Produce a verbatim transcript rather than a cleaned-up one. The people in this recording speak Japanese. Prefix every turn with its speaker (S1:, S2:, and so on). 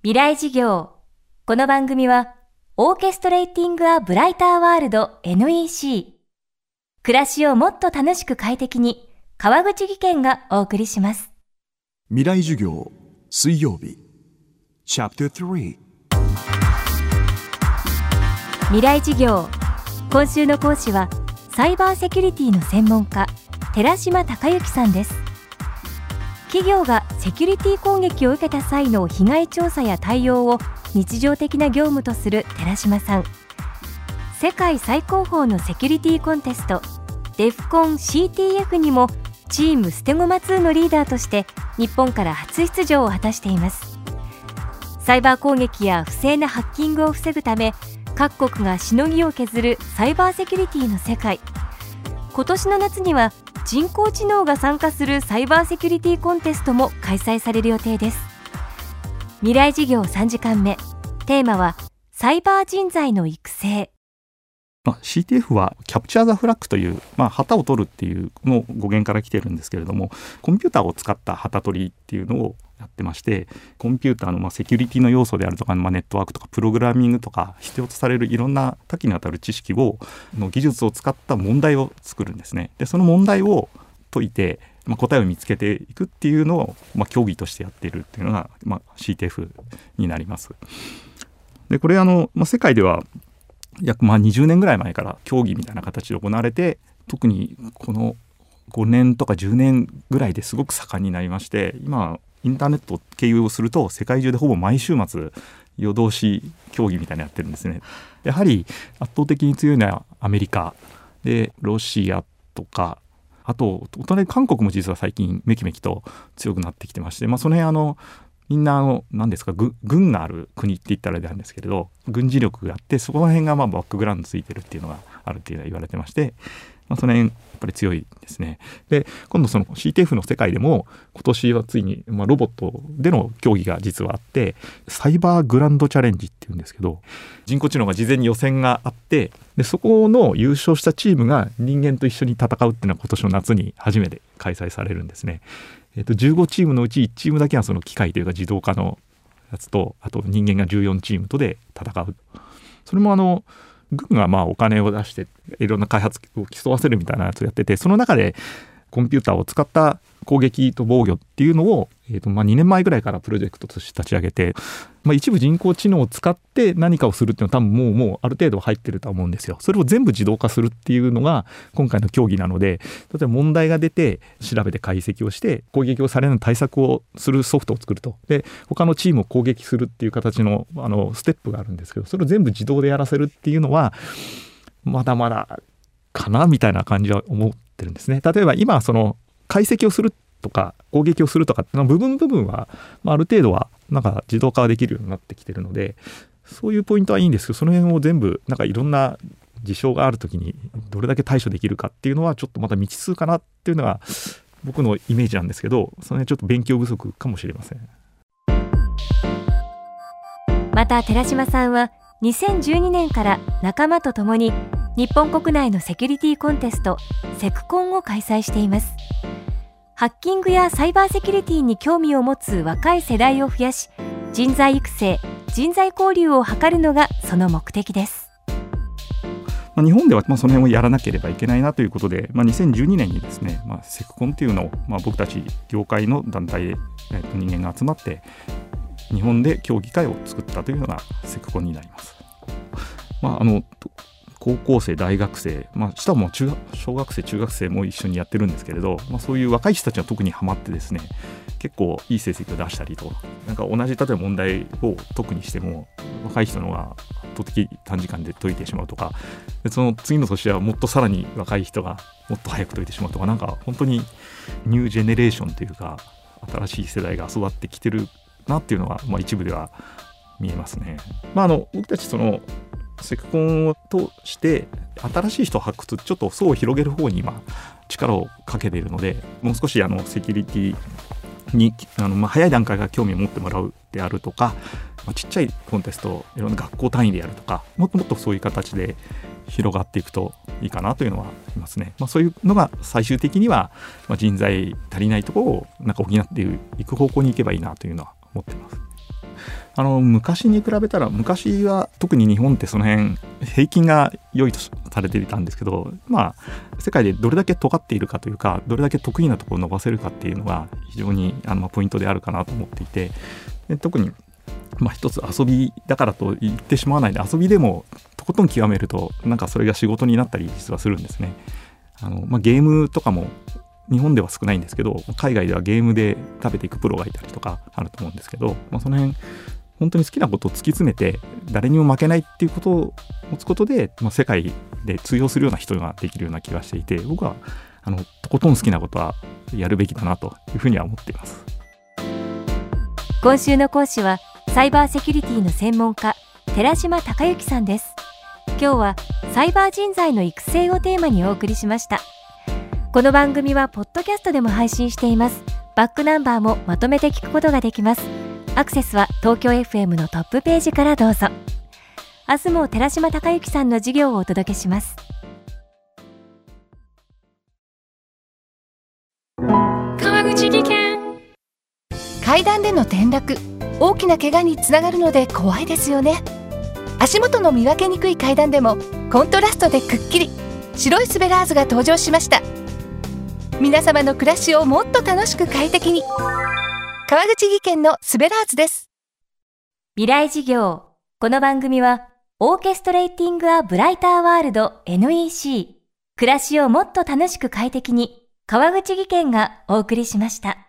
S1: 未来事業。この番組はオーケストレーティング・ア・ブライター・ワールド エヌイーシー 暮らしをもっと楽しく快適に川口義賢がお送りします。
S2: 未来授業水曜日チャプタースリー
S1: 未来事業。今週の講師はサイバーセキュリティの専門家寺島隆之さんです。企業がセキュリティ攻撃を受けた際の被害調査や対応を日常的な業務とする寺島さん。世界最高峰のセキュリティコンテストデフコン シーティーエフ にもチームステゴマツーのリーダーとして日本から初出場を果たしています。サイバー攻撃や不正なハッキングを防ぐため各国がしのぎを削るサイバーセキュリティの世界。今年の夏には人工知能が参加するサイバーセキュリティコンテストも開催される予定です。未来事業さんじかんめ、テーマはサイバー人材の育成。
S3: まあ、シーティーエフ はキャプチャー・ザ・フラッグという、まあ、旗を取るっていうの語源から来てるんですけれども、コンピューターを使った旗取りっていうのをやってまして、コンピューターのまあセキュリティの要素であるとか、まあ、ネットワークとかプログラミングとか必要とされるいろんな多岐にわたる知識をの技術を使った問題を作るんですね。でその問題を解いて、まあ、答えを見つけていくっていうのを、まあ、競技としてやっているっていうのが、まあ、シーティーエフ になります。でこれあの、まあ、世界では約まあにじゅうねんぐらい前から競技みたいな形で行われて、特にこのごねんとかじゅうねんぐらいですごく盛んになりまして、今インターネットを経由をすると世界中でほぼ毎週末夜通し競技みたいなのやってるんですね。やはり圧倒的に強いのはアメリカで、ロシアとか、あとお隣韓国も実は最近めきめきと強くなってきてまして、まあ、その辺あのみんなあの何ですか、軍がある国って言ったらあれなんですけれど、軍事力があって、そこら辺がまあバックグラウンドついてるっていうのがあるっていうのは言われてまして、まあ、その辺やっぱり強いですね。で今度その シーティーエフ の世界でも今年はついに、まあ、ロボットでの競技が実はあって、サイバーグランドチャレンジっていうんですけど、人工知能が事前に予選があって、でそこの優勝したチームが人間と一緒に戦うっていうのは今年の夏に初めて開催されるんですね。えっと、じゅうごチームのうちいちチームだけはその機械というか自動化のやつと、あと人間がじゅうよんチームとで戦う。それもあの軍がまあお金を出していろんな開発を競わせるみたいなやつをやってて、その中でコンピューターを使った攻撃と防御っていうのを、えーとまあ、にねんまえぐらいからプロジェクトとして立ち上げて、まあ、一部人工知能を使って何かをするっていうのは多分もうもうある程度入ってると思うんですよ。それを全部自動化するっていうのが今回の競技なので、例えば問題が出て調べて解析をして攻撃をされない対策をするソフトを作ると、で他のチームを攻撃するっていう形の、あのステップがあるんですけど、それを全部自動でやらせるっていうのはまだまだかなみたいな感じは思ってるんですね。例えば今その解析をするとか攻撃をするとかっていうの部分部分は、まあ、ある程度はなんか自動化できるようになってきてるので、そういうポイントはいいんですけど、その辺を全部なんかいろんな事象があるときにどれだけ対処できるかっていうのはちょっとまた未知数かなっていうのが僕のイメージなんですけど、その辺ちょっと勉強不足かもしれません。
S1: また寺島さんはにせんじゅうにねんから仲間と共に日本国内のセキュリティコンテストセクコンを開催しています。ハッキングやサイバーセキュリティに興味を持つ若い世代を増やし、人材育成、人材交流を図るのがその目的です。
S3: まあ、日本ではまあその辺をやらなければいけないなということで、まあ、にせんじゅうにねんにですね、まあ、セクコンというのを、まあ、僕たち業界の団体で、えっと、人間が集まって日本で競技会を作ったというのがセクコンになります。まあ、あの高校生、大学生、まあ、下も中小学生、中学生も一緒にやってるんですけれど、まあ、そういう若い人たちは特にハマってですね、結構いい成績を出したりと、なんか同じ例えば問題を解くにしても若い人の方が圧倒的短時間で解いてしまうとか、でその次の年はもっとさらに若い人がもっと早く解いてしまうとか、なんか本当にニュージェネレーションというか新しい世代が育ってきてるなっていうのは、まあ、一部では見えますね。まあ、あの僕たちそのセクコンを通して新しい人を発掘、ちょっと層を広げる方に今力をかけているので、もう少しあのセキュリティにあの、まあ、早い段階から興味を持ってもらうであるとか、まあ、ちっちゃいコンテストをいろんな学校単位でやるとか、もっともっとそういう形で広がっていくといいかなというのはありますね。まあ、そういうのが最終的には、まあ、人材足りないところをなんか補っていく方向に行けばいいなというのは思っています。 あの昔に比べたら、昔は特に日本ってその辺平均が良いとされていたんですけど、まあ世界でどれだけ尖っているかというか、どれだけ得意なところを伸ばせるかっていうのが非常にあのポイントであるかなと思っていて、で特にまあ一つ遊びだからと言ってしまわないで、遊びでもとことん極めるとなんかそれが仕事になったり実はするんですね。あの、まあ、ゲームとかも日本では少ないんですけど、海外ではゲームで食べていくプロがいたりとかあると思うんですけど、まあ、その辺本当に好きなことを突き詰めて誰にも負けないっていうことを持つことで、まあ、世界で通用するような人ができるような気がしていて、僕はあのとことん好きなことはやるべきだなというふうには思っています。
S1: 今週の講師はサイバーセキュリティの専門家、寺島隆之さんです。今日はサイバー人材の育成をテーマにお送りしました。この番組はポッドキャストでも配信しています。バックナンバーもまとめて聞くことができます。アクセスは東京 エフエム のトップページからどうぞ。明日も寺島隆之さんの授業をお届けします。
S4: 川口技研。
S5: 階段での転落、大きな怪我につながるので怖いですよね。足元の見分けにくい階段でもコントラストでくっきり白いスベラーズが登場しました。皆様の暮らしをもっと楽しく快適に、川口技研のスベラーズです。
S1: 未来事業。この番組はオーケストレーティングアブライターワールド エヌイーシー、 暮らしをもっと楽しく快適に、川口技研がお送りしました。